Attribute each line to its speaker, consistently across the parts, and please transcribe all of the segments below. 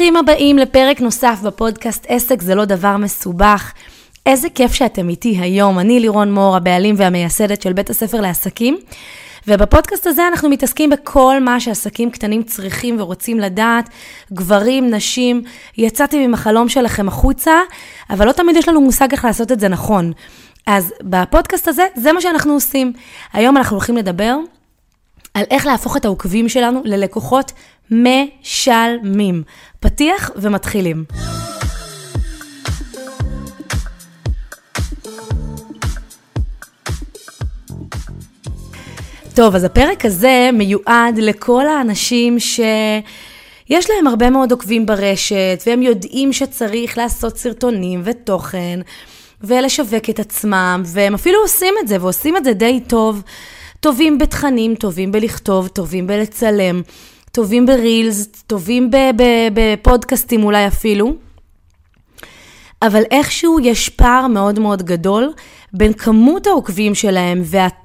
Speaker 1: ברוכים הבאים לפרק נוסף בפודקאסט עסק זה לא דבר מסובך. איזה כיף שאתם איתי היום. אני לירון מור, הבעלים והמייסדת של בית הספר לעסקים. ובפודקאסט הזה אנחנו מתעסקים בכל מה שעסקים קטנים צריכים ורוצים לדעת. גברים, נשים, יצאתם עם החלום שלכם החוצה, אבל לא תמיד יש לנו מושג איך לעשות את זה נכון. אז בפודקאסט הזה, זה מה שאנחנו עושים. היום אנחנו הולכים לדבר על איך להפוך את העוקבים שלנו ללקוחות משלמים. פתיח ומתחילים. טוב, אז הפרק הזה מיועד לכל האנשים שיש להם הרבה מאוד עוקבים ברשת, והם יודעים שצריך לעשות סרטונים ותוכן, ולשווק את עצמם, והם אפילו עושים את זה, ועושים את זה די טוב. טובים בתכנים, טובים בלכתוב, טובים בלצלם, טובים ברילס, טובים בפודקאסטים אולי אפילו. אבל איכשהו יש פער מאוד מאוד גדול בין כמות העוקבים שלהם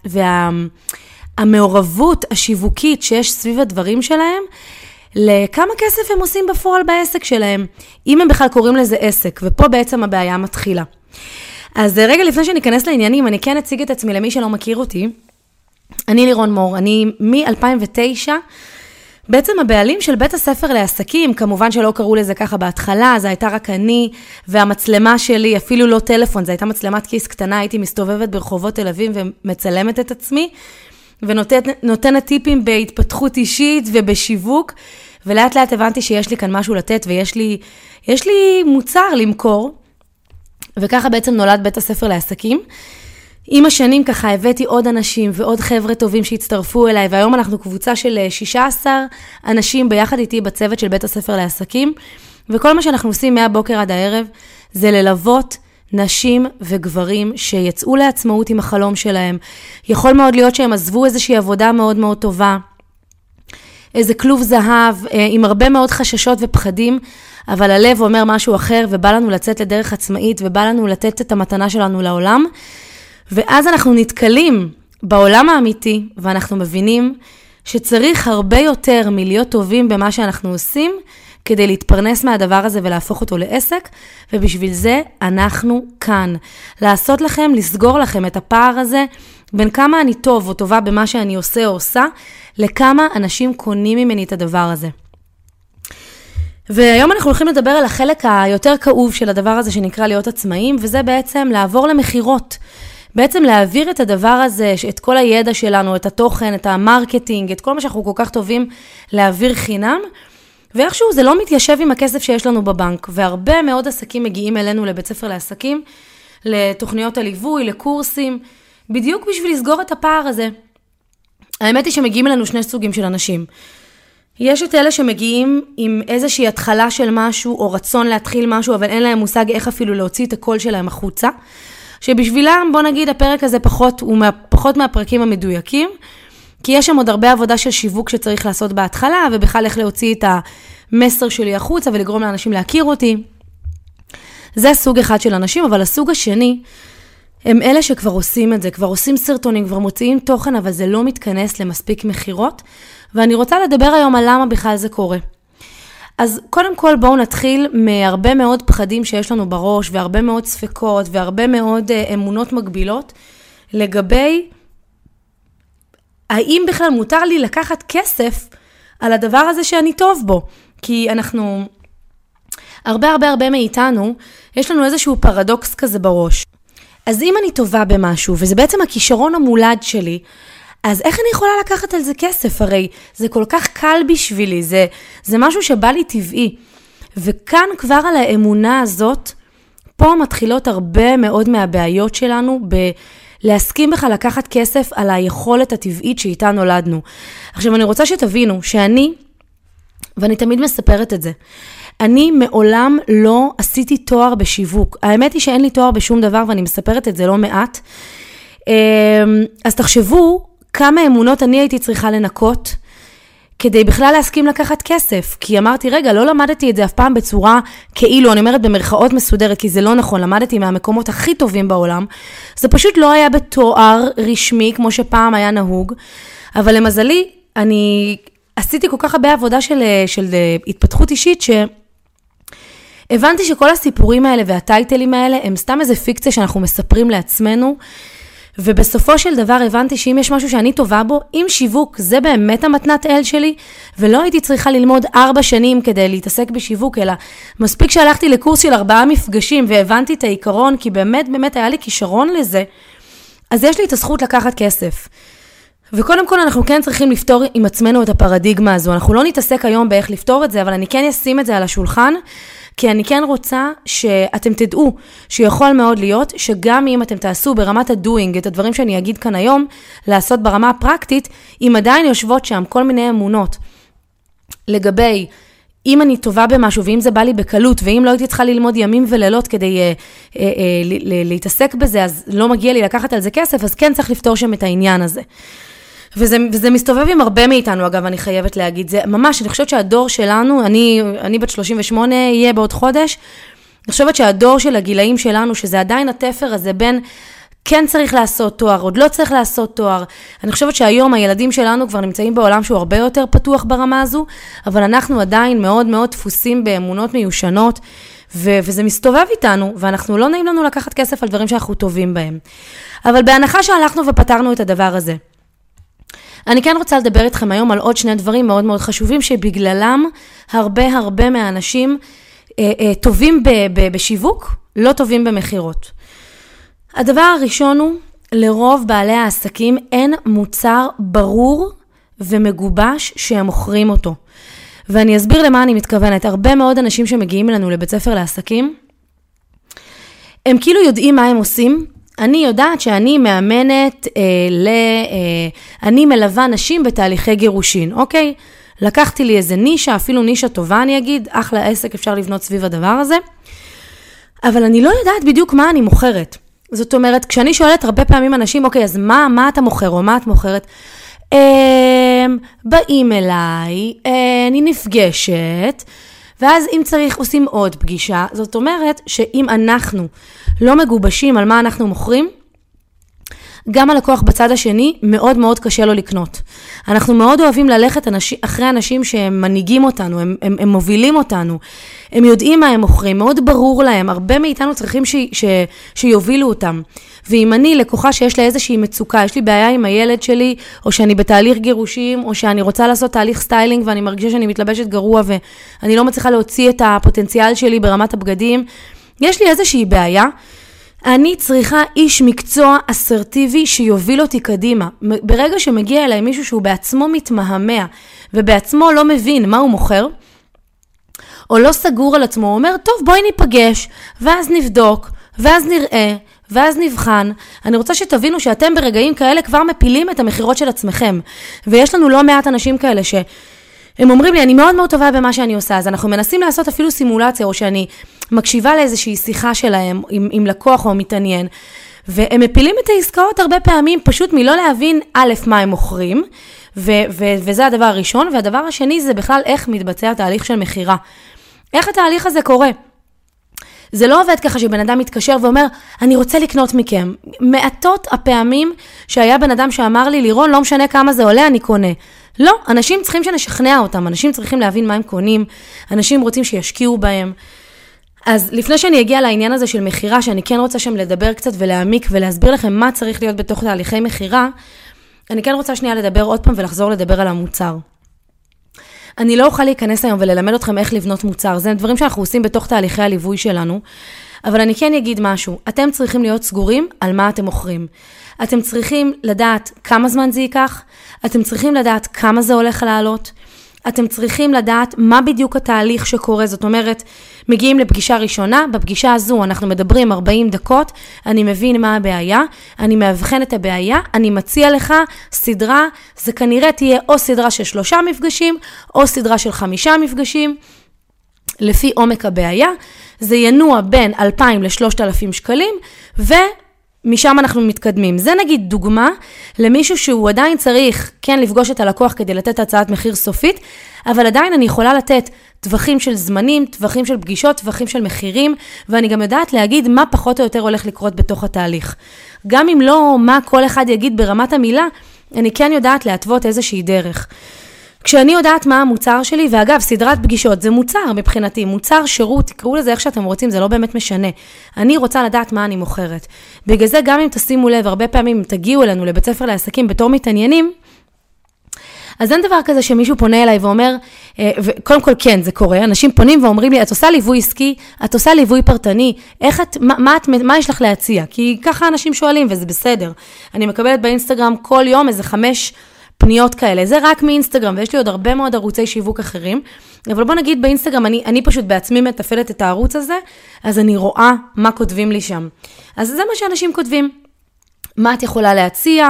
Speaker 1: והמעורבות השיווקית שיש סביב הדברים שלהם, לכמה כסף הם עושים בפועל בעסק שלהם, אם הם בכלל קוראים לזה עסק, ופה בעצם הבעיה מתחילה. אז רגע לפני שניכנס לעניינים, אני כן אציג את עצמי למי שלא מכיר אותי. אני לירון מור, אני מ-2009, בעצם הבעלים של בית הספר לעסקים, כמובן שלא קראו לזה ככה בהתחלה, זה הייתה רק אני והמצלמה שלי, אפילו לא טלפון, זה הייתה מצלמת כיס קטנה, הייתי מסתובבת ברחובות תל אביב ומצלמת את עצמי, ונותנת טיפים בהתפתחות אישית ובשיווק, ולאט לאט הבנתי שיש לי כאן משהו לתת, ויש לי מוצר למכור, וככה בעצם נולד בית הספר לעסקים. עם השנים ככה הבאתי עוד אנשים ועוד חבר'ה טובים שהצטרפו אליי, והיום אנחנו קבוצה של 16 אנשים ביחד איתי בצוות של בית הספר לעסקים, וכל מה שאנחנו עושים מהבוקר עד הערב זה ללוות נשים וגברים שיצאו לעצמאות עם החלום שלהם. יכול מאוד להיות שהם עזבו איזושהי עבודה מאוד מאוד טובה, איזה כלוב זהב עם הרבה מאוד חששות ופחדים, אבל הלב אומר משהו אחר, ובא לנו לצאת לדרך עצמאית, ובא לנו לתת את המתנה שלנו לעולם. ואז אנחנו נתקלים בעולם האמיתי, ואנחנו מבינים שצריך הרבה יותר מלהיות טובים במה שאנחנו עושים, כדי להתפרנס מהדבר הזה ולהפוך אותו לעסק, ובשביל זה אנחנו כאן. לעשות לכם, לסגור לכם את הפער הזה, בין כמה אני טוב או טובה במה שאני עושה או עושה, לכמה אנשים קונים ממני את הדבר הזה. והיום אנחנו הולכים לדבר על החלק היותר כאוב של הדבר הזה שנקרא להיות עצמאים, וזה בעצם לעבור למחירות. בעצם להעביר את הדבר הזה, את כל הידע שלנו, את התוכן, את המרקטינג, את כל מה שאנחנו כל כך טובים להעביר חינם, ואיכשהו זה לא מתיישב עם הכסף שיש לנו בבנק, והרבה מאוד עסקים מגיעים אלינו לבית ספר לעסקים, לתוכניות הליווי, לקורסים, בדיוק בשביל לסגור את הפער הזה. האמת היא שמגיעים אלינו שני סוגים של אנשים. יש את אלה שמגיעים עם איזושהי התחלה של משהו, או רצון להתחיל משהו, אבל אין להם מושג איך אפילו להוציא את הקול שלהם החוצה, שבשבילם, בוא נגיד, הפרק הזה פחות מהפרקים המדויקים, כי יש שם עוד הרבה עבודה של שיווק שצריך לעשות בהתחלה, ובכלל איך להוציא את המסר שלי החוצה, ולגרום לאנשים להכיר אותי. זה סוג אחד של אנשים, אבל הסוג השני, הם אלה שכבר עושים את זה, כבר עושים סרטונים, כבר מוציאים תוכן, אבל זה לא מתכנס למספיק מחירות, ואני רוצה לדבר היום על למה בכלל זה קורה. אז קודם כל בואו נתחיל מהרבה מאוד פחדים שיש לנו בראש, והרבה מאוד ספקות, והרבה מאוד אמונות מגבילות, לגבי האם בכלל מותר לי לקחת כסף על הדבר הזה שאני טוב בו. כי אנחנו, הרבה מאיתנו, יש לנו איזשהו פרדוקס כזה בראש. אז אם אני טובה במשהו, וזה בעצם הכישרון המולד שלי, אז איך אני יכולה לקחת על זה כסף? הרי זה כל כך קל בשבילי, זה משהו שבא לי טבעי. וכאן כבר על האמונה הזאת, פה מתחילות הרבה מאוד מהבעיות שלנו, להסכים בכלל לקחת כסף על היכולת הטבעית שאיתה נולדנו. עכשיו אני רוצה שתבינו ואני תמיד מספרת את זה, אני מעולם לא עשיתי תואר בשיווק. האמת היא שאין לי תואר בשום דבר, ואני מספרת את זה לא מעט. אז תחשבו כמה אמונות אני הייתי צריכה לנקות, כדי בכלל להסכים לקחת כסף. כי אמרתי, רגע, לא למדתי את זה אף פעם בצורה כאילו, אני אומרת במרכאות מסודרת, כי זה לא נכון, למדתי מהמקומות הכי טובים בעולם. זה פשוט לא היה בתואר רשמי, כמו שפעם היה נהוג. אבל למזלי, אני עשיתי כל כך הרבה עבודה של התפתחות אישית, הבנתי שכל הסיפורים האלה והטייטלים האלה הם סתם איזה פיקציה שאנחנו מספרים לעצמנו, ובסופו של דבר הבנתי שאם יש משהו שאני טובה בו, אם שיווק זה באמת המתנת אל שלי, ולא הייתי צריכה ללמוד 4 שנים כדי להתעסק בשיווק, אלא מספיק שהלכתי לקורס של 4 מפגשים והבנתי את העיקרון, כי באמת היה לי כישרון לזה, אז יש לי את הזכות לקחת כסף. וקודם כל אנחנו כן צריכים לפתור עם עצמנו את הפרדיגמה הזו. אנחנו לא נתעסק היום באיך לפתור את זה, אבל אני כן אשים את זה על השולחן, כי אני כן רוצה שאתם תדעו שיכול מאוד להיות שגם אם אתם תעשו ברמת הדוינג את הדברים שאני אגיד כאן היום, לעשות ברמה הפרקטית, אם עדיין יושבות שם כל מיני אמונות לגבי אם אני טובה במשהו ואם זה בא לי בקלות, ואם לא הייתי צריכה ללמוד ימים ולילות כדי להתעסק בזה, אז לא מגיע לי לקחת על זה כסף, אז כן צריך לפתור שם את העניין הזה. וזה מסתובב עם הרבה מאיתנו, אגב, אני חייבת להגיד, זה ממש, אני חושבת שהדור שלנו, אני בת 38, יהיה בעוד חודש, אני חושבת שהדור של הגילאים שלנו, שזה עדיין התפר הזה בין, כן צריך לעשות תואר, עוד לא צריך לעשות תואר, אני חושבת שהיום הילדים שלנו כבר נמצאים בעולם שהוא הרבה יותר פתוח ברמה הזו, אבל אנחנו עדיין מאוד מאוד דפוסים באמונות מיושנות, וזה מסתובב איתנו, ואנחנו לא נעים לנו לקחת כסף על דברים שאנחנו טובים בהם. אבל בהנחה שהלכנו ופתרנו את הדבר הזה, אני כן רוצה לדבר איתכם היום על עוד 2 דברים מאוד מאוד חשובים, שבגללם הרבה מהאנשים טובים בשיווק, לא טובים במחירות. הדבר הראשון הוא, לרוב בעלי העסקים אין מוצר ברור ומגובש שהם מוכרים אותו. ואני אסביר למה אני מתכוונת. הרבה מאוד אנשים שמגיעים אלינו לבית ספר לעסקים, הם כאילו יודעים מה הם עושים. אני יודעת שאני מאמנת, אני מלווה נשים בתהליכי גירושין, אוקיי? לקחתי לי איזה נישה, אפילו נישה טובה אני אגיד, אחלה עסק אפשר לבנות סביב הדבר הזה, אבל אני לא יודעת בדיוק מה אני מוכרת. זאת אומרת, כשאני שואלת הרבה פעמים אנשים, אוקיי, אז מה אתה מוכר או מה את מוכרת? באים אליי, אני נפגשת, ואז אם צריך עושים עוד פגישה, זאת אומרת שאם אנחנו לא מגובשים על מה אנחנו מוכרים, גם הלקוח בצד השני מאוד מאוד קשה לו לקנות. אנחנו מאוד אוהבים ללכת אחרי אנשים שהם מנהיגים אותנו, הם מובילים אותנו, הם יודעים מה הם מוכרים, מאוד ברור להם, הרבה מאיתנו צריכים שיובילו אותם. ואם אני לקוחה שיש לה איזושהי מצוקה, יש לי בעיה עם הילד שלי, או שאני בתהליך גירושים, או שאני רוצה לעשות תהליך סטיילינג, ואני מרגישה שאני מתלבשת גרוע, ואני לא מצליחה להוציא את הפוטנציאל שלי ברמת הבגדים, יש לי איזושהי בעיה, אני צריכה איש מקצוע אסרטיבי שיוביל אותי קדימה. ברגע שמגיע אליי מישהו שהוא בעצמו מתמהמה, ובעצמו לא מבין מה הוא מוכר, או לא סגור על עצמו, הוא אומר, טוב, בואי ניפגש, ואז נבדוק, ואז נראה, ואז נבחן. אני רוצה שתבינו שאתם ברגעים כאלה כבר מפילים את המחירות של עצמכם. ויש לנו לא מעט אנשים כאלה הם אומרים לי, אני מאוד מאוד טובה במה שאני עושה, אז אנחנו מנסים לעשות אפילו סימולציה, או שאני מקשיבה לאיזושהי שיחה שלהם עם לקוח או מתעניין, והם מפילים את העסקאות הרבה פעמים, פשוט מלא להבין א', מה הם מוכרים, וזה הדבר הראשון, והדבר השני זה בכלל איך מתבצע תהליך של מחירה. איך התהליך הזה קורה? זה לא עובד ככה שבן אדם מתקשר ואומר, אני רוצה לקנות מכם. מעטות הפעמים שהיה בן אדם שאמר לי, לירון, לא משנה כמה זה עולה, אני קונה. לא, אנשים צריכים שנשכנע אותם, אנשים צריכים להבין מה הם קונים, אנשים רוצים שישקיעו בהם. אז לפני שאני אגיע לעניין הזה של מחירה, שאני כן רוצה שם לדבר קצת ולהעמיק ולהסביר לכם מה צריך להיות בתוך תהליכי מחירה, אני כן רוצה שנייה לדבר עוד פעם ולחזור לדבר על המוצר. אני לא אוכל להיכנס היום וללמד אתכם איך לבנות מוצר, זה דברים שאנחנו עושים בתוך תהליכי הליווי שלנו, אבל אני כן אגיד משהו, אתם צריכים להיות סגורים על מה אתם מוכרים. אתם צריכים לדעת כמה זמן זה ייקח, אתם צריכים לדעת כמה זה הולך לעלות, אתם צריכים לדעת מה בדיוק התהליך שקורה, זאת אומרת, מגיעים לפגישה ראשונה, בפגישה הזו אנחנו מדברים 40 דקות, אני מבין מה הבעיה, אני מאבחן את הבעיה, אני מציע לך סדרה, זה כנראה תהיה או סדרה של 3 מפגשים, או סדרה של 5 מפגשים, לפי עומק הבעיה, זה ינוע בין 2,000 ל-3,000 שקלים, משם אנחנו מתקדמים. זה נגיד דוגמה למישהו שהוא עדיין צריך כן לפגוש את הלקוח כדי לתת הצעת מחיר סופית, אבל עדיין אני יכולה לתת טווחים של זמנים, טווחים של פגישות, טווחים של מחירים, ואני גם יודעת להגיד מה פחות או יותר הולך לקרות בתוך התהליך. גם אם לא מה כל אחד יגיד ברמת המילה, אני כן יודעת להתוות איזושהי דרך. כשאני יודעת מה המוצר שלי, ואגב, סדרת פגישות, זה מוצר מבחינתי, מוצר, שירות, תקראו לזה איך שאתם רוצים, זה לא באמת משנה. אני רוצה לדעת מה אני מוכרת. בגלל זה גם אם תשימו לב, הרבה פעמים תגיעו אלינו לבית ספר לעסקים בתור מתעניינים, אז אין דבר כזה שמישהו פונה אליי ואומר, וקודם כל כן, זה קורה, אנשים פונים ואומרים לי, את עושה ליווי עסקי, את עושה ליווי פרטני, מה יש לך להציע? כי ככה אנשים שואלים וזה בסדר. אני מקבלת באינסטגרם כל יום איזה 5 פניות כאלה, זה רק מאינסטגרם, ויש לי עוד הרבה מאוד ערוצי שיווק אחרים, אבל בוא נגיד באינסטגרם, אני פשוט בעצמי מתפעלת את הערוץ הזה, אז אני רואה מה כותבים לי שם. אז זה מה שאנשים כותבים. מה את יכולה להציע?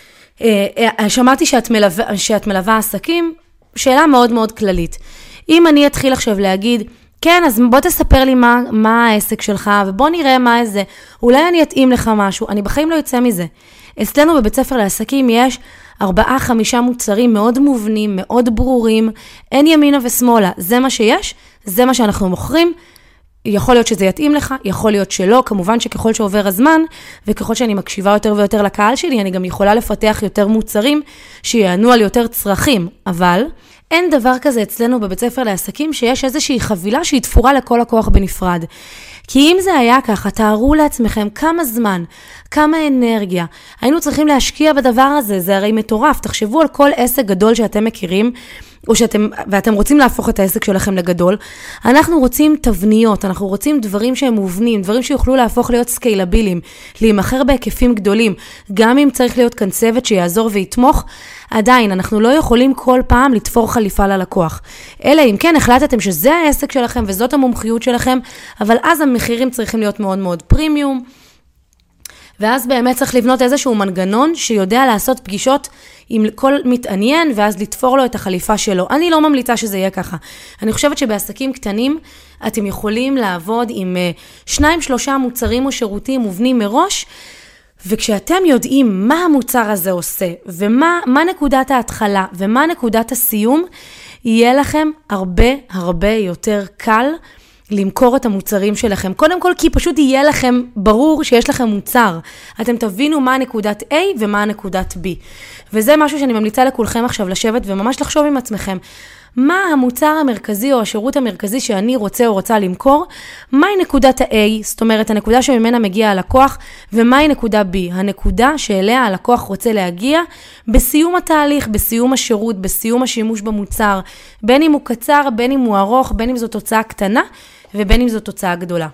Speaker 1: שמעתי שאת מלווה עסקים, שאלה מאוד מאוד כללית. אם אני אתחיל עכשיו להגיד, כן, אז בוא תספר לי מה העסק שלך, ובוא נראה מה זה, אולי אני אתאים לך משהו, אני בחיים לא יוצא מזה. אצלנו בבית ספר לעסקים יש 4-5 מוצרים מאוד מובנים, מאוד ברורים, אין ימינה ושמאלה, זה מה שיש, זה מה שאנחנו מוכרים, יכול להיות שזה יתאים לך, יכול להיות שלא, כמובן שככל שעובר הזמן, וככל שאני מקשיבה יותר ויותר לקהל שלי, אני גם יכולה לפתח יותר מוצרים שיענו על יותר צרכים, אבל אין דבר כזה אצלנו בבית ספר לעסקים שיש איזושהי חבילה שהיא תפורה לכל לקוח בנפרד. כי אם זה היה ככה, תארו לעצמכם כמה זמן, כמה אנרגיה, היינו צריכים להשקיע בדבר הזה, זה הרי מטורף, תחשבו על כל עסק גדול שאתם מכירים, ואתם רוצים להפוך את העסק שלכם לגדול, אנחנו רוצים תבניות, אנחנו רוצים דברים שהם מובנים, דברים שיוכלו להפוך להיות סקיילבילים, להימחר בהיקפים גדולים, גם אם צריך להיות כאן צוות שיעזור ויתמוך, עדיין אנחנו לא יכולים כל פעם לתפור חליפה ללקוח. אלא אם כן החלטתם שזה העסק שלכם וזאת המומחיות שלכם, אבל אז המחירים צריכים להיות מאוד מאוד פרימיום, ואז באמת צריך לבנות איזשהו מנגנון שיודע לעשות פגישות עם כל מתעניין, ואז לתפור לו את החליפה שלו. אני לא ממליצה שזה יהיה ככה. אני חושבת שבעסקים קטנים, אתם יכולים לעבוד עם 2-3 מוצרים או שירותים מובנים מראש, וכשאתם יודעים מה המוצר הזה עושה, ומה נקודת ההתחלה, ומה נקודת הסיום, יהיה לכם הרבה יותר קל למכור את המוצרים שלכם. קודם כל, כי פשוט יהיה לכם ברור שיש לכם מוצר. אתם תבינו מה נקודת A ומה נקודת B. וזה משהו שאני ממליצה לכולכם עכשיו לשבת וממש לחשוב עם עצמכם. מה המוצר המרכזי או השירות המרכזי שאני רוצה או רוצה למכור? מהי נקודת ה-A, זאת אומרת, הנקודה שממנה מגיע הלקוח, ומהי נקודה B, הנקודה שאליה הלקוח רוצה להגיע בסיום התהליך, בסיום השירות, בסיום השימוש במוצר, בין אם הוא קצר, בין אם הוא ארוך, בין אם זו תוצאה קטנה, ובין אם זו תוצאה גדולה.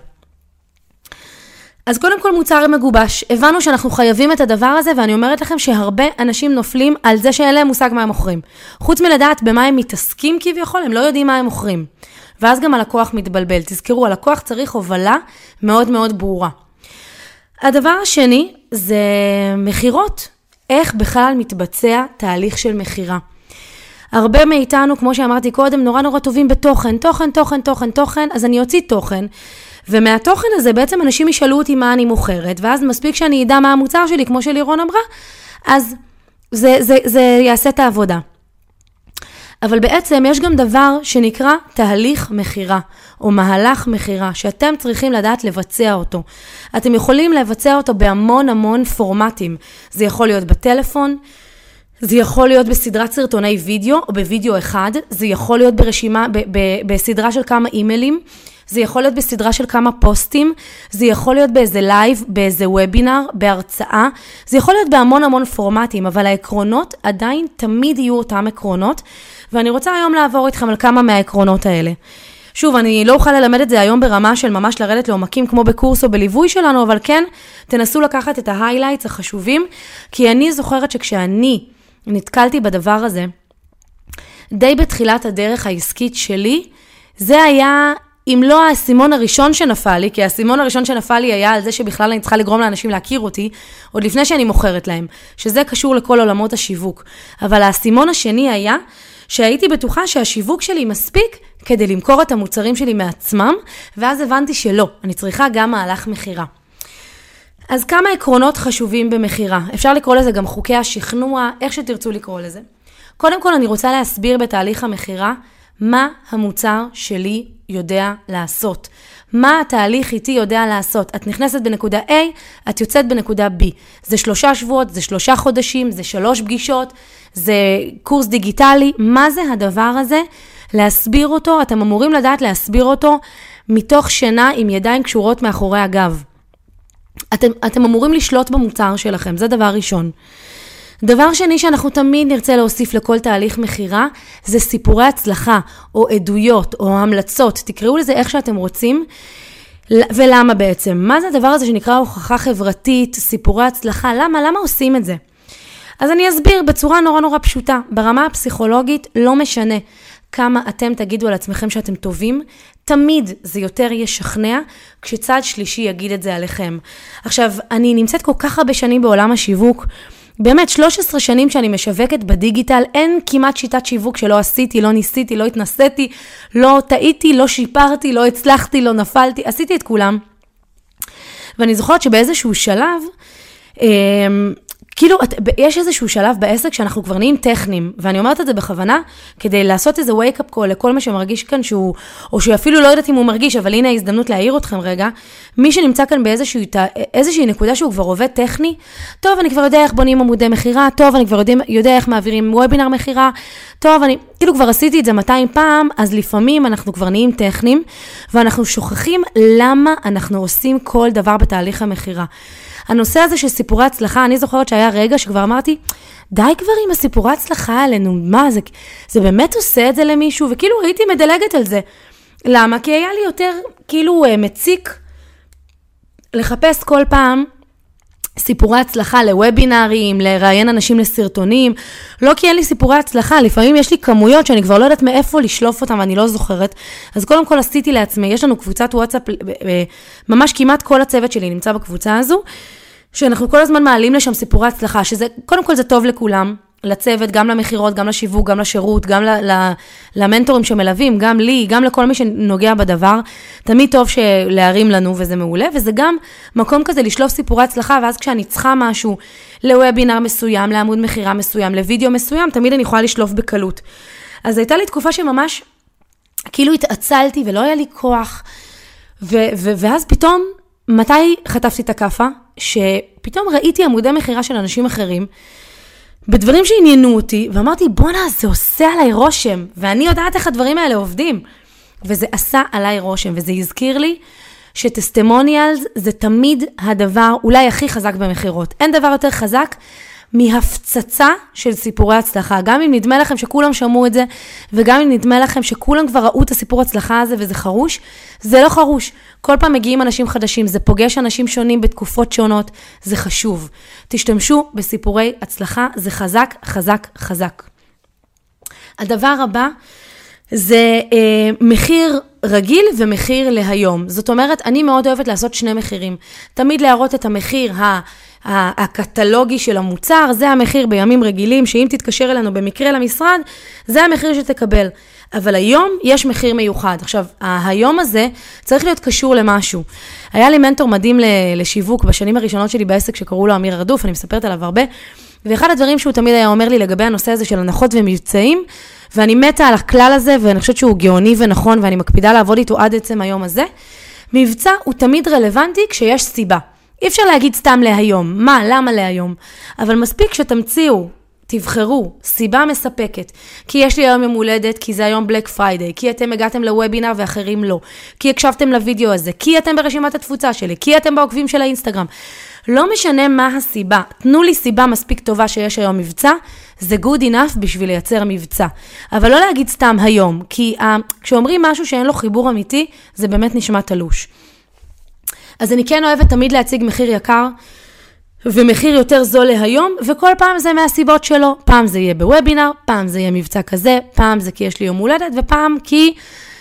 Speaker 1: אז קודם כל מוצר מגובש, הבנו שאנחנו חייבים את הדבר הזה, ואני אומרת לכם שהרבה אנשים נופלים על זה שאין להם מושג מה הם מוכרים. חוץ מלדעת במה הם מתעסקים כביכול, הם לא יודעים מה הם מוכרים. ואז גם הלקוח מתבלבל. תזכרו, הלקוח צריך הובלה מאוד מאוד ברורה. הדבר השני זה מחירות. איך בכלל מתבצע תהליך של מחירה. הרבה מאיתנו, כמו שאמרתי קודם, נורא טובים בתוכן, תוכן, אז אני אוציא תוכן, ומהתוכן הזה בעצם אנשים ישאלו אותי מה אני מוכרת, ואז מספיק שאני אדע מה המוצר שלי, כמו שלירון אמרה, אז זה יעשה את העבודה. אבל בעצם יש גם דבר שנקרא תהליך מחירה, או מהלך מחירה, שאתם צריכים לדעת לבצע אותו. אתם יכולים לבצע אותו בהמון פורמטים. זה יכול להיות בטלפון, זה יכול להיות בסדרת סרטוני וידאו, או בוידאו אחד, זה יכול להיות בסדרה של כמה אימיילים, זה יכול להיות בסדרה של כמה פוסטים, זה יכול להיות באיזה לייב, באיזה וובינר, בהרצאה, זה יכול להיות בהמון פורמטים, אבל העקרונות עדיין תמיד יהיו אותם עקרונות, ואני רוצה היום לעבור איתכם על כמה מהעקרונות האלה. שוב, אני לא אוכל ללמד את זה היום ברמה של ממש לרדת לעומקים כמו בקורס או בליווי שלנו, אבל כן, תנסו לקחת את ההיילייטס החשובים, כי אני זוכרת שכשאני נתקלתי בדבר הזה, די בתחילת הדרך העסקית שלי, זה היה, אם לא הסימון הראשון שנפל לי, כי הסימון הראשון שנפל לי היה על זה שבכלל אני צריכה לגרום לאנשים להכיר אותי, עוד לפני שאני מוכרת להם, שזה קשור לכל עולמות השיווק. אבל הסימון השני היה, שהייתי בטוחה שהשיווק שלי מספיק כדי למכור את המוצרים שלי מעצמם, ואז הבנתי שלא, אני צריכה גם מהלך מחירה. אז כמה עקרונות חשובים במחירה? אפשר לקרוא לזה גם חוקי השכנוע, איך שתרצו לקרוא לזה. קודם כל אני רוצה להסביר בתהליך המחירה, מה המוצר שלי יודע לעשות. מה התהליך איתי יודע לעשות? את נכנסת בנקודה A, את יוצאת בנקודה B. זה 3 שבועות, זה 3 חודשים, זה 3 פגישות, זה קורס דיגיטלי. מה זה הדבר הזה? להסביר אותו, אתם אמורים לדעת להסביר אותו מתוך שינה עם ידיים קשורות מאחורי הגב. אתם אמורים לשלוט במוצר שלכם, זה דבר ראשון. דבר שני שאנחנו תמיד נרצה להוסיף לכל תהליך מחירה, זה סיפורי הצלחה, או עדויות, או המלצות, תקראו לזה איך שאתם רוצים, ולמה בעצם? מה זה הדבר הזה שנקרא הוכחה חברתית, סיפורי הצלחה? למה עושים את זה? אז אני אסביר בצורה נורא פשוטה, ברמה הפסיכולוגית לא משנה כמה אתם תגידו על עצמכם שאתם טובים, תמיד זה יותר ישכנע כשצד שלישי יגיד את זה עליכם. עכשיו, אני נמצאת כל כך הרבה שנים בעולם השיווק, באמת 13 שנים שאני משווקת בדיגיטל, אין כמעט שיטת שיווק שלא עשיתי, לא ניסיתי, לא התנסיתי, לא טעיתי, לא שיפרתי, לא הצלחתי, לא נפלתי, עשיתי את כולם. ואני זוכרת שבאיזשהו שלב, כאילו, יש איזשהו שלב בעסק שאנחנו כבר נהיים טכניים, ואני אומרת את זה בכוונה, כדי לעשות איזה wake-up call לכל מה שמרגיש כאן שהוא, או שאפילו לא יודעת אם הוא מרגיש, אבל הנה ההזדמנות להעיר אתכם רגע, מי שנמצא כאן באיזושהי נקודה שהוא כבר עובד טכני, טוב, אני כבר יודע איך בונים עמודי מחירה, טוב, אני כבר יודע איך מעבירים וובינר מחירה, טוב, אני כאילו כבר עשיתי את זה 200 פעם, אז לפעמים אנחנו כבר נהיים טכניים, ואנחנו שוכחים למה אנחנו עושים כל דבר בתהליך המחירה. הנושא הזה של סיפורי הצלחה, אני זוכרת שהיה רגע שכבר אמרתי, די כבר עם הסיפורי הצלחה עלינו, מה זה באמת עושה את זה למישהו? וכאילו הייתי מדלגת על זה. למה? כי היה לי יותר כאילו מציק לחפש כל פעם סיפורי הצלחה לוובינרים, לראיין אנשים לסרטונים, לא כי אין לי סיפורי הצלחה, לפעמים יש לי כמויות שאני כבר לא יודעת מאיפה לשלוף אותם ואני לא זוכרת, אז קודם כל עשיתי לעצמי, יש לנו קבוצת וואטסאפ, ממש כמעט כל הצוות שלי נמצא בקבוצה הזו, שאנחנו כל הזמן מעלים לשם סיפורי הצלחה, שזה קודם כל זה טוב לכולם, לצוות, גם למחירות, גם לשיווק, גם לשירות, גם למנטורים שמלווים, גם לי, גם לכל מי שנוגע בדבר. תמיד טוב להרים לנו וזה מעולה, וזה גם מקום כזה לשלוף סיפורי הצלחה, ואז כשאני צריכה משהו לוובינר מסוים, לעמוד מחירה מסוים, לוידאו מסוים, תמיד אני יכולה לשלוף בקלות. אז הייתה לי תקופה שממש כאילו התעצלתי ולא היה לי כוח, ואז פתאום, מתי חטפתי את הכפה? שפתאום ראיתי עמודי מחירה של אנשים אחרים, בדברים שעניינו אותי, ואמרתי, בונה, זה עושה עליי רושם, ואני יודעת איך הדברים האלה עובדים. וזה עשה עליי רושם, וזה הזכיר לי שטסטימוניאלס זה תמיד הדבר אולי הכי חזק במחירות. אין דבר יותר חזק מהפצצה של סיפורי הצלחה. גם אם נדמה לכם שכולם שמעו את זה, וגם אם נדמה לכם שכולם כבר ראו את הסיפור הצלחה הזה וזה חרוש, זה לא חרוש. כל פעם מגיעים אנשים חדשים, זה פוגש אנשים שונים בתקופות שונות, זה חשוב. תשתמשו בסיפורי הצלחה, זה חזק, חזק, חזק. הדבר הבא זה מחיר רגיל ומחיר להיום. זאת אומרת, אני מאוד אוהבת לעשות 2 מחירים. תמיד להראות את המחיר הקטלוגי של המוצר, זה המחיר בימים רגילים, שאם תתקשר אלינו במקרה למשרד, זה המחיר שתקבל. אבל היום יש מחיר מיוחד. עכשיו, היום הזה צריך להיות קשור למשהו. היה לי מנטור מדהים לשיווק בשנים הראשונות שלי בעסק שקראו לו אמיר הרדוף, אני מספרת עליו הרבה, ואחד הדברים שהוא תמיד היה אומר לי לגבי הנושא הזה של הנחות ומבצעים, ואני מתה על הכלל הזה, ואני חושבת שהוא גאוני ונכון, ואני מקפידה לעבוד איתו עד עצם היום הזה, מבצע הוא תמיד רלוונטי כשיש סיבה. אי אפשר להגיד סתם להיום. מה? למה להיום? אבל מספיק שתמציאו, תבחרו, סיבה מספקת. כי יש לי היום יום הולדת, כי זה היום בלק פריידיי, כי אתם הגעתם לוובינר ואחרים לא, כי הקשבתם לוידאו הזה, כי אתם ברשימת התפוצה שלי, כי אתם בעוקבים של האינסטגרם. לא משנה מה הסיבה. תנו לי סיבה מספיק טובה שיש היום מבצע, זה good enough בשביל לייצר מבצע. אבל לא להגיד סתם היום, כי כשאומרים משהו שאין לו חיבור אמיתי, זה באמת נשמע תלוש. אז אני כן אוהבת תמיד להציג מחיר יקר, ומחיר יותר זול להיום, וכל פעם זה מהסיבות שלו. פעם זה יהיה בוובינר, פעם זה יהיה מבצע כזה, פעם זה כי יש לי יום הולדת, ופעם כי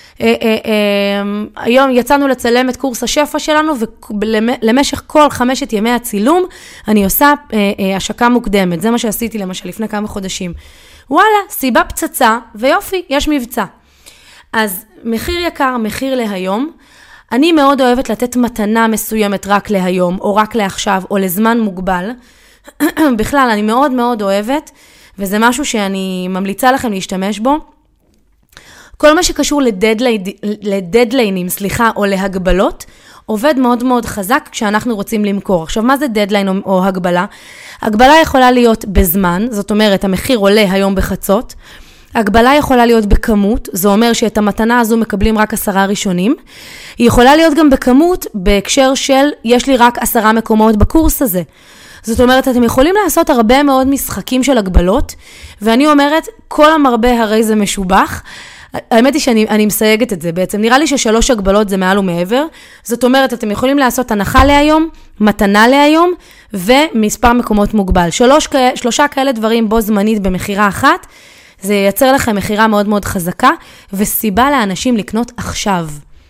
Speaker 1: היום יצאנו לצלם את קורס השפע שלנו, ולמשך כל 5 ימי הצילום, אני עושה השקה מוקדמת. זה מה שעשיתי למשל לפני כמה חודשים. וואלה, סיבה פצצה, ויופי, יש מבצע. אז מחיר יקר, מחיר להיום, אני מאוד אוהבת לתת מתנה מסוימת רק להיום, או רק לעכשיו, או לזמן מוגבל. בכלל, אני מאוד מאוד אוהבת, וזה משהו שאני ממליצה לכם להשתמש בו. כל מה שקשור לדדליינים, או להגבלות, עובד מאוד מאוד חזק כשאנחנו רוצים למכור. עכשיו, מה זה דדליין או הגבלה? הגבלה יכולה להיות בזמן, זאת אומרת, המחיר עולה היום בחצות. הגבלה יכולה להיות בכמות, זה אומר שאת המתנה הזו מקבלים רק 10 ראשונים. היא יכולה להיות גם בכמות, בהקשר של יש לי רק 10 מקומות בקורס הזה. זאת אומרת, אתם יכולים לעשות הרבה מאוד משחקים של הגבלות, ואני אומרת, כל המרבה הרי זה משובח. האמת היא שאני מסייגת את זה בעצם. נראה לי ש3 הגבלות זה מעל ומעבר. זאת אומרת, אתם יכולים לעשות הנחה להיום, מתנה להיום, ומספר מקומות מוגבל. 3 כאלה דברים בו זמנית במחירה אחת, זה ייצר לכם מחירה מאוד מאוד חזקה, וסיבה לאנשים לקנות עכשיו.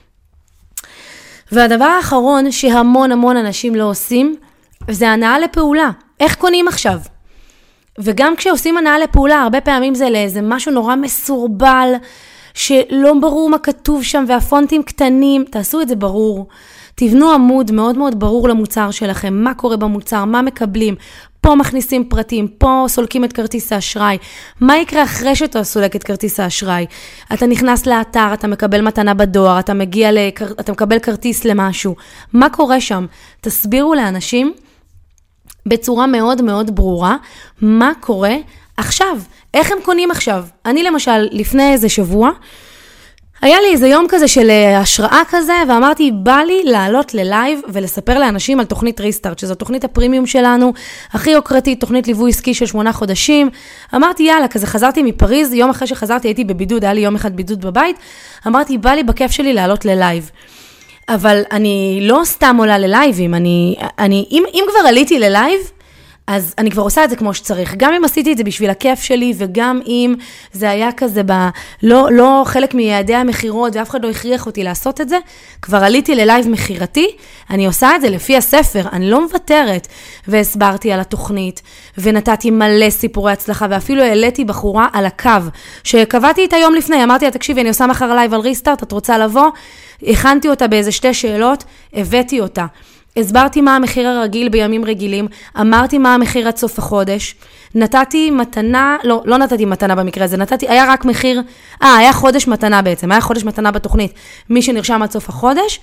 Speaker 1: והדבר האחרון שהמון אנשים לא עושים, זה הנעה לפעולה. איך קונים עכשיו? וגם כשעושים הנעה לפעולה, הרבה פעמים זה לאיזה משהו נורא מסורבל, שלא ברור מה כתוב שם, והפונטים קטנים, תעשו את זה ברור. תבנו עמוד מאוד מאוד ברור למוצר שלכם, מה קורה במוצר, מה מקבלים, פה מכניסים פרטים, פה סולקים את כרטיס האשראי. מה יקרה אחרי שאתה סולק את כרטיס האשראי? אתה נכנס לאתר, אתה מקבל מתנה בדואר, אתה מקבל כרטיס למשהו. מה קורה שם? תסבירו לאנשים בצורה מאוד מאוד ברורה, מה קורה עכשיו, איך הם קונים עכשיו. אני למשל, לפני איזה שבוע, היה לי איזה יום כזה של השראה כזה, ואמרתי, בא לי לעלות ללייב ולספר לאנשים על תוכנית ריסטארט, שזו תוכנית הפרימיום שלנו, הכי יוקרתית, תוכנית ליווי עסקי של 8 חודשים. אמרתי, יאללה, כזה חזרתי מפריז, יום אחרי שחזרתי הייתי בבידוד, היה לי יום אחד בידוד בבית, אמרתי, בא לי בכיף שלי לעלות ללייב. אבל אני לא סתם עולה ללייבים, אם כבר עליתי ללייב, אז אני כבר עושה את זה כמו שצריך. גם אם עשיתי את זה בשביל הכיף שלי, וגם אם זה היה כזה לא חלק מיעדי המחירות, ואף אחד לא הכריח אותי לעשות את זה, כבר עליתי ללייב מחירתי, אני עושה את זה לפי הספר, אני לא מוותרת. והסברתי על התוכנית, ונתתי מלא סיפורי הצלחה, ואפילו העליתי בחורה על הקו, שקבעתי את היום לפני, אמרתי לה, תקשיבי, אני עושה מחר לייב על ריסטארט, את רוצה לבוא? הכנתי אותה באיזה 2 שאלות, הבאתי אותה. הסברתי מה המחיר הרגיל בימים רגילים, אמרתי מה המחיר עד סוף החודש, נתתי מתנה, לא נתתי מתנה במקרה הזה, היה רק מחיר, היה חודש מתנה בעצם, היה חודש מתנה בתוכנית, מי שנרשם עד סוף החודש,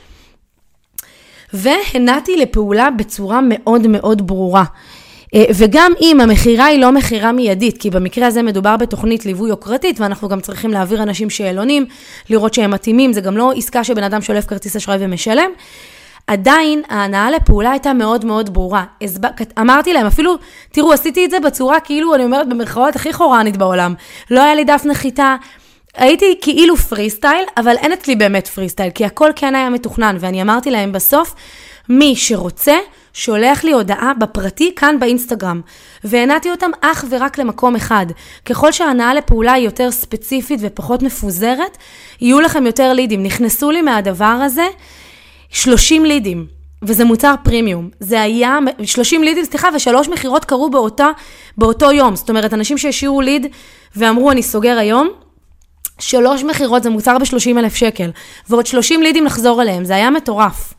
Speaker 1: והנעתי לפעולה בצורה מאוד מאוד ברורה. וגם אם המחירה היא לא מחירה מיידית, כי במקרה הזה מדובר בתוכנית ליווי יוקרתית, ואנחנו גם צריכים להעביר אנשים שאלונים, לראות שהם מתאימים, זה גם לא עסקה שבן אדם שולף כרטיס אשראי ומשלם, עדיין ההנאה לפעולה הייתה מאוד מאוד ברורה. אמרתי להם, אפילו, תראו, עשיתי את זה בצורה כאילו, אני אומרת, במרכאות הכי חורנית בעולם. לא היה לי דף נחיתה, הייתי כאילו פרי סטייל, אבל אין אצלי באמת פרי סטייל, כי הכל כן היה מתוכנן, ואני אמרתי להם בסוף, מי שרוצה, שולח לי הודעה בפרטי כאן באינסטגרם, והנעתי אותם אך ורק למקום אחד. ככל שההנאה לפעולה היא יותר ספציפית ופחות מפוזרת, יהיו לכם יותר לידים. נכנסו לי מהדבר הזה 30 לידים, וזה מוצר פרימיום. זה היה 30 לידים, ו3 מחירות קרו באותו יום. זאת אומרת, אנשים שהשאירו ליד ואמרו, אני סוגר היום, 3 מחירות, זה מוצר ב-30,000 שקל, ועוד 30 לידים לחזור אליהם. זה היה מטורף.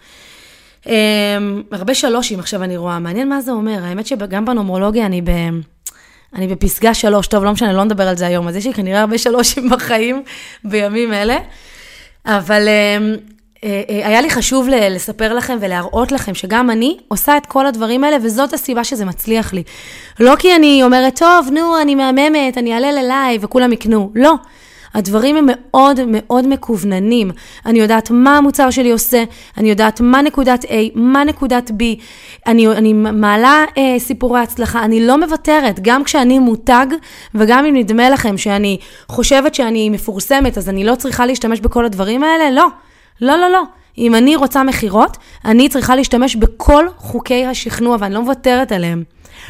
Speaker 1: הרבה 3 עכשיו אני רואה, מעניין מה זה אומר. האמת שגם בנומרולוגיה אני בפסגה 3, טוב, לא משנה, לא נדבר על זה היום, אז יש לי כנראה הרבה 3 בחיים בימים אלה, אבל היה לי חשוב לספר לכם ולהראות לכם שגם אני עושה את כל הדברים האלה, וזאת הסיבה שזה מצליח לי. לא כי אני אומרת, טוב, נו, אני מהממת, אני אעלה ללייב וכולם יקנו. לא. הדברים הם מאוד מאוד מקווננים. אני יודעת מה המוצר שלי עושה, אני יודעת מה נקודת A, מה נקודת B, אני מעלה סיפורי הצלחה, אני לא מוותרת, גם כשאני מותג, וגם אם נדמה לכם שאני חושבת שאני מפורסמת, אז אני לא צריכה להשתמש בכל הדברים האלה, לא. לא, לא, לא. אם אני רוצה מחירות, אני צריכה להשתמש בכל חוקי השכנוע, ואני לא מוותרת עליהם.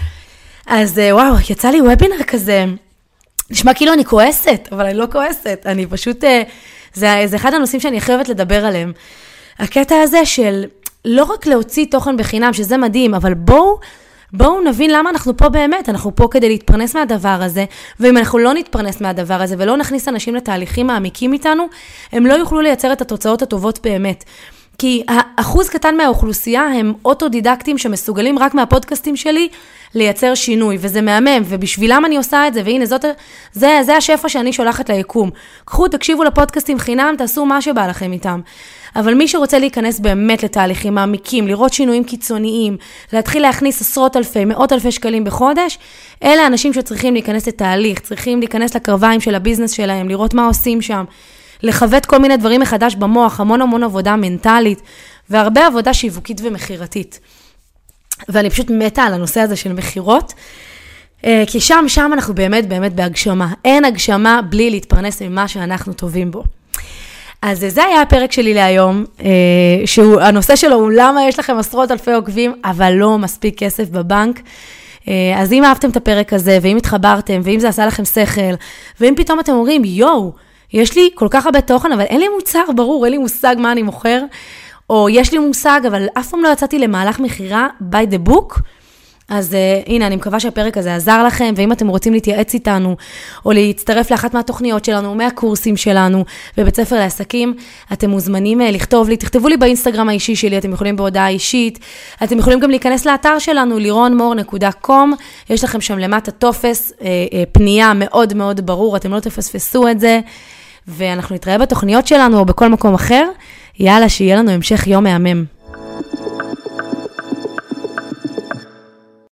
Speaker 1: אז וואו, יצא לי וובינר כזה, נשמע כאילו אני כועסת, אבל אני לא כועסת, אני פשוט, זה אחד הנושאים שאני חייבת לדבר עליהם. הקטע הזה של לא רק להוציא תוכן בחינם, שזה מדהים, אבל בואו נבין למה אנחנו פה באמת, אנחנו פה כדי להתפרנס מהדבר הזה, ואם אנחנו לא נתפרנס מהדבר הזה, ולא נכניס אנשים לתהליכים מעמיקים איתנו, הם לא יוכלו לייצר את התוצאות הטובות באמת. כי האחוז קטן מהאוכלוסייה הם אוטודידקטים שמסוגלים רק מהפודקאסטים שלי לייצר שינוי, וזה מהמם, ובשבילם אני עושה את זה, והנה, זה השפע שאני שולחת ליקום. קחו, תקשיבו לפודקאסטים חינם, תעשו מה שבא לכם איתם. אבל מי שרוצה להיכנס באמת לתהליכים מעמיקים, לראות שינויים קיצוניים, להתחיל להכניס עשרות אלפי, מאות אלפי שקלים בחודש, אלה האנשים שצריכים להיכנס לתהליך, צריכים להיכנס לקרביים של הביזנס שלהם, לראות מה עושים שם, לחוות כל מיני דברים מחדש במוח, המון עבודה מנטלית, והרבה עבודה שיווקית ומחירתית. ואני פשוט מתה על הנושא הזה של מחירות, כי שם אנחנו באמת בהגשמה. אין הגשמה בלי להתפרנס ממה שאנחנו טובים בו. אז זה היה הפרק שלי להיום, הנושא שלו הוא למה יש לכם עשרות אלפי עוקבים, אבל לא מספיק כסף בבנק. אז אם אהבתם את הפרק הזה, ואם התחברתם, ואם זה עשה לכם שכל, ואם פתאום אתם אומרים, יואו, יש לי כל כך הרבה תוכן, אבל אין לי מוצר ברור, אין לי מושג מה אני מוכר, או יש לי מושג, אבל אף פעם לא יצאתי למהלך מחירה by the book, אז הנה, אני מקווה שהפרק הזה עזר לכם, ואם אתם רוצים להתייעץ איתנו, או להצטרף לאחת מהתוכניות שלנו, מהקורסים שלנו, בבית ספר לעסקים, אתם מוזמנים לכתוב לי, תכתבו לי באינסטגרם האישי שלי, אתם יכולים בהודעה אישית, אתם יכולים גם להיכנס לאתר שלנו, lironmore.com, יש לכם שם למטה טופס, פנייה מאוד ברור, אתם לא תפספסו את זה, ואנחנו נתראה בתוכניות שלנו, או בכל מקום אחר, יאללה, שיהיה לנו המשך יום מהמם.